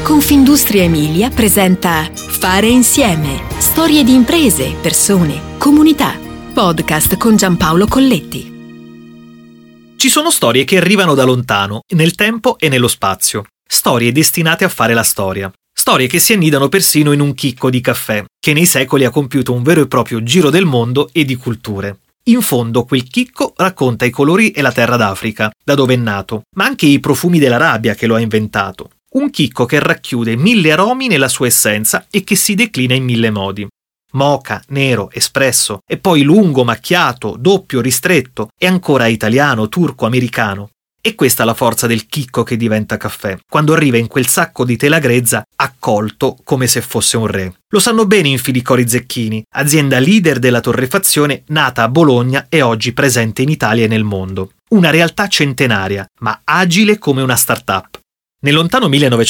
Confindustria Emilia presenta Fare insieme. Storie di imprese, persone, comunità. Podcast con Giampaolo Colletti. Ci sono storie che arrivano da lontano, nel tempo e nello spazio. Storie destinate a fare la storia. Storie che si annidano persino in un chicco di caffè, che nei secoli ha compiuto un vero e proprio giro del mondo e di culture. In fondo quel chicco racconta i colori e la terra d'Africa, da dove è nato, ma anche i profumi dell'Arabia che lo ha inventato. Un chicco che racchiude 1000 aromi nella sua essenza e che si declina in 1000 modi. Moka, nero, espresso, e poi lungo, macchiato, doppio, ristretto, e ancora italiano, turco, americano. E questa è la forza del chicco che diventa caffè, quando arriva in quel sacco di tela grezza accolto come se fosse un re. Lo sanno bene Infilicori Zecchini, azienda leader della torrefazione nata a Bologna e oggi presente in Italia e nel mondo. Una realtà centenaria, ma agile come una start-up. Nel lontano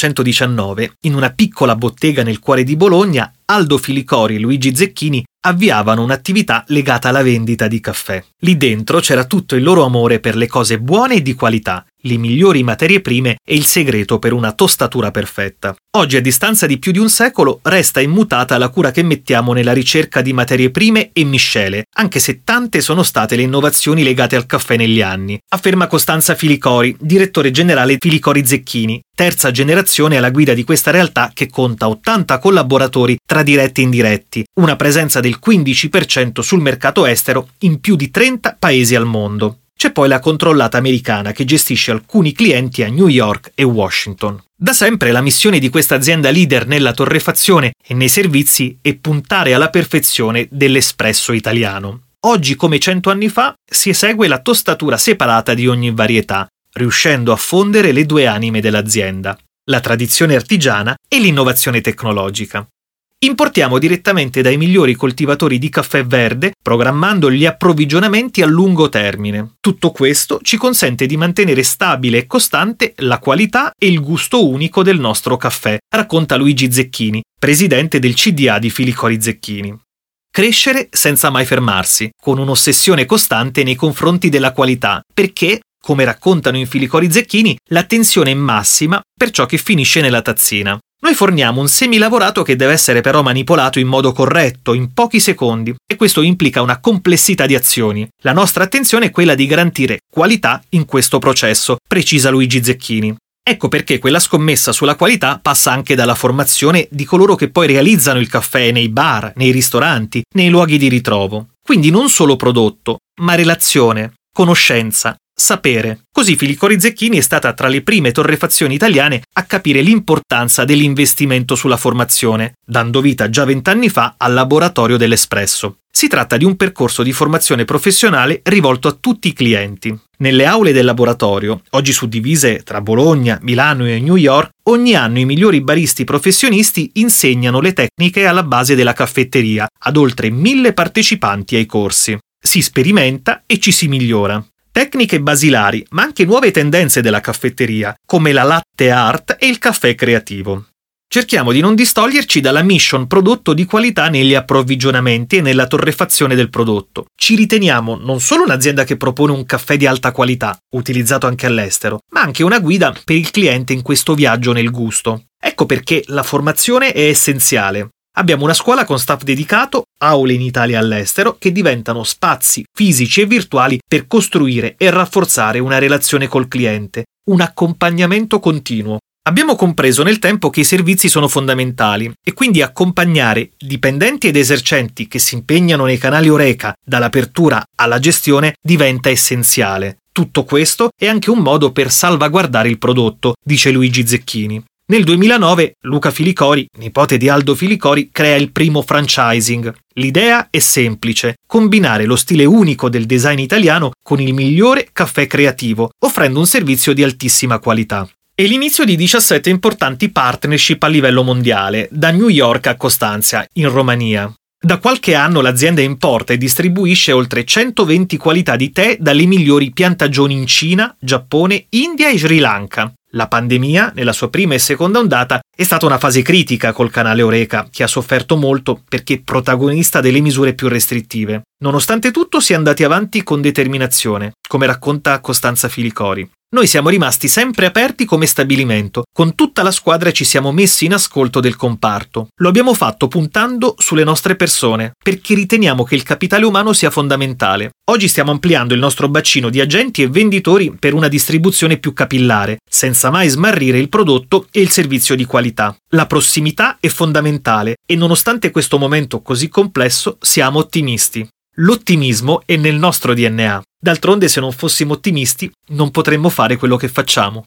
1919, in una piccola bottega nel cuore di Bologna, Aldo Filicori e Luigi Zecchini avviavano un'attività legata alla vendita di caffè. Lì dentro c'era tutto il loro amore per le cose buone e di qualità, le migliori materie prime e il segreto per una tostatura perfetta. Oggi, a distanza di più di un secolo, resta immutata la cura che mettiamo nella ricerca di materie prime e miscele, anche se tante sono state le innovazioni legate al caffè negli anni, afferma Costanza Filicori, direttore generale Filicori Zecchini, terza generazione alla guida di questa realtà che conta 80 collaboratori tra diretti e indiretti, una presenza del 15% sul mercato estero in più di 30 paesi al mondo. C'è poi la controllata americana che gestisce alcuni clienti a New York e Washington. Da sempre la missione di questa azienda leader nella torrefazione e nei servizi è puntare alla perfezione dell'espresso italiano. Oggi, come 100 anni fa, si esegue la tostatura separata di ogni varietà, riuscendo a fondere le due anime dell'azienda, la tradizione artigiana e l'innovazione tecnologica. Importiamo direttamente dai migliori coltivatori di caffè verde, programmando gli approvvigionamenti a lungo termine. Tutto questo ci consente di mantenere stabile e costante la qualità e il gusto unico del nostro caffè, racconta Luigi Zecchini, presidente del CDA di Filicori Zecchini. Crescere senza mai fermarsi, con un'ossessione costante nei confronti della qualità, perché, come raccontano in Filicori Zecchini, l'attenzione è massima per ciò che finisce nella tazzina. Noi forniamo un semilavorato che deve essere però manipolato in modo corretto, in pochi secondi, e questo implica una complessità di azioni. La nostra attenzione è quella di garantire qualità in questo processo, precisa Luigi Zecchini. Ecco perché quella scommessa sulla qualità passa anche dalla formazione di coloro che poi realizzano il caffè nei bar, nei ristoranti, nei luoghi di ritrovo. Quindi non solo prodotto, ma relazione, conoscenza, sapere. Così Filicori Zecchini è stata tra le prime torrefazioni italiane a capire l'importanza dell'investimento sulla formazione, dando vita già 20 anni fa al laboratorio dell'espresso. Si tratta di un percorso di formazione professionale rivolto a tutti i clienti. Nelle aule del laboratorio, oggi suddivise tra Bologna, Milano e New York, ogni anno i migliori baristi professionisti insegnano le tecniche alla base della caffetteria ad oltre 1000 partecipanti ai corsi. Si sperimenta e ci si migliora. Tecniche basilari, ma anche nuove tendenze della caffetteria, come la latte art e il caffè creativo. Cerchiamo di non distoglierci dalla mission prodotto di qualità negli approvvigionamenti e nella torrefazione del prodotto. Ci riteniamo non solo un'azienda che propone un caffè di alta qualità, utilizzato anche all'estero, ma anche una guida per il cliente in questo viaggio nel gusto. Ecco perché la formazione è essenziale. Abbiamo una scuola con staff dedicato, aule in Italia e all'estero, che diventano spazi fisici e virtuali per costruire e rafforzare una relazione col cliente, un accompagnamento continuo. Abbiamo compreso nel tempo che i servizi sono fondamentali e quindi accompagnare dipendenti ed esercenti che si impegnano nei canali Horeca, dall'apertura alla gestione, diventa essenziale. Tutto questo è anche un modo per salvaguardare il prodotto, dice Luigi Zecchini. Nel 2009 Luca Filicori, nipote di Aldo Filicori, crea il primo franchising. L'idea è semplice: combinare lo stile unico del design italiano con il migliore caffè creativo, offrendo un servizio di altissima qualità. È l'inizio di 17 importanti partnership a livello mondiale, da New York a Costanza, in Romania. Da qualche anno l'azienda importa e distribuisce oltre 120 qualità di tè dalle migliori piantagioni in Cina, Giappone, India e Sri Lanka. La pandemia, nella sua prima e seconda ondata, è stata una fase critica col canale Horeca, che ha sofferto molto perché protagonista delle misure più restrittive. Nonostante tutto si è andati avanti con determinazione, come racconta Costanza Filicori. Noi siamo rimasti sempre aperti come stabilimento, con tutta la squadra ci siamo messi in ascolto del comparto. Lo abbiamo fatto puntando sulle nostre persone, perché riteniamo che il capitale umano sia fondamentale. Oggi stiamo ampliando il nostro bacino di agenti e venditori per una distribuzione più capillare, senza mai smarrire il prodotto e il servizio di qualità. La prossimità è fondamentale e nonostante questo momento così complesso siamo ottimisti. L'ottimismo è nel nostro DNA. D'altronde, se non fossimo ottimisti, non potremmo fare quello che facciamo.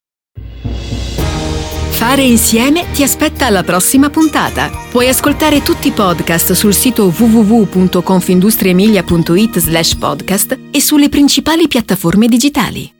Fare insieme ti aspetta alla prossima puntata. Puoi ascoltare tutti i podcast sul sito www.confindustriemilia.it/podcast e sulle principali piattaforme digitali.